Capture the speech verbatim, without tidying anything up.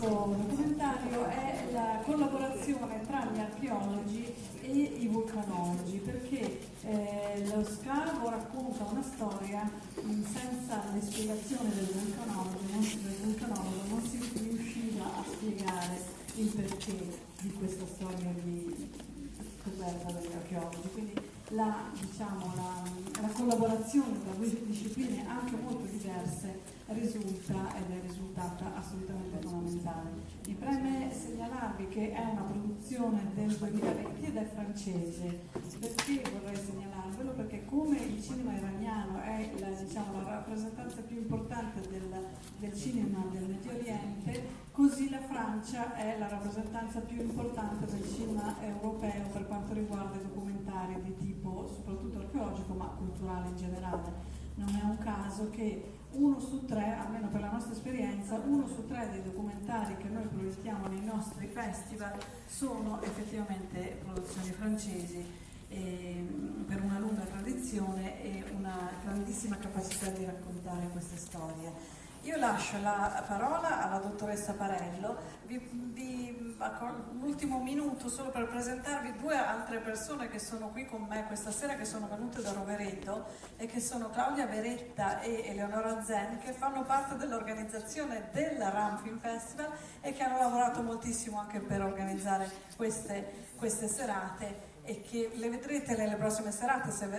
questo documentario è la collaborazione tra gli archeologi e i vulcanologi, perché eh, lo scavo racconta una storia senza le spiegazioni del vulcanologo, del vulcanologo non si riusciva a spiegare il perché di questa storia di scoperta degli archeologi. Quindi la, diciamo, la, la collaborazione tra due discipline anche molto diverse risulta ed è risultata assolutamente fondamentale. Mi preme segnalarvi che è una produzione del duemilaventi ed è francese. Perché vorrei segnalarvelo? Perché come il cinema iraniano è la, diciamo, la rappresentanza più importante del, del cinema del Medio Oriente, così la Francia è la rappresentanza più importante del cinema europeo per quanto riguarda i documentari di tipo soprattutto archeologico ma culturale in generale. Non è un caso che uno su tre, almeno per la nostra esperienza, uno su tre dei documentari che noi proiettiamo nei nostri festival sono effettivamente produzioni francesi, eh, per una lunga tradizione e una grandissima capacità di raccontare queste storie. Io lascio la parola alla dottoressa Parello, vi, vi un ultimo minuto solo per presentarvi due altre persone che sono qui con me questa sera, che sono venute da Rovereto e che sono Claudia Beretta e Eleonora Zen, che fanno parte dell'organizzazione della RAM Film Festival e che hanno lavorato moltissimo anche per organizzare queste, queste serate, e che le vedrete nelle prossime serate se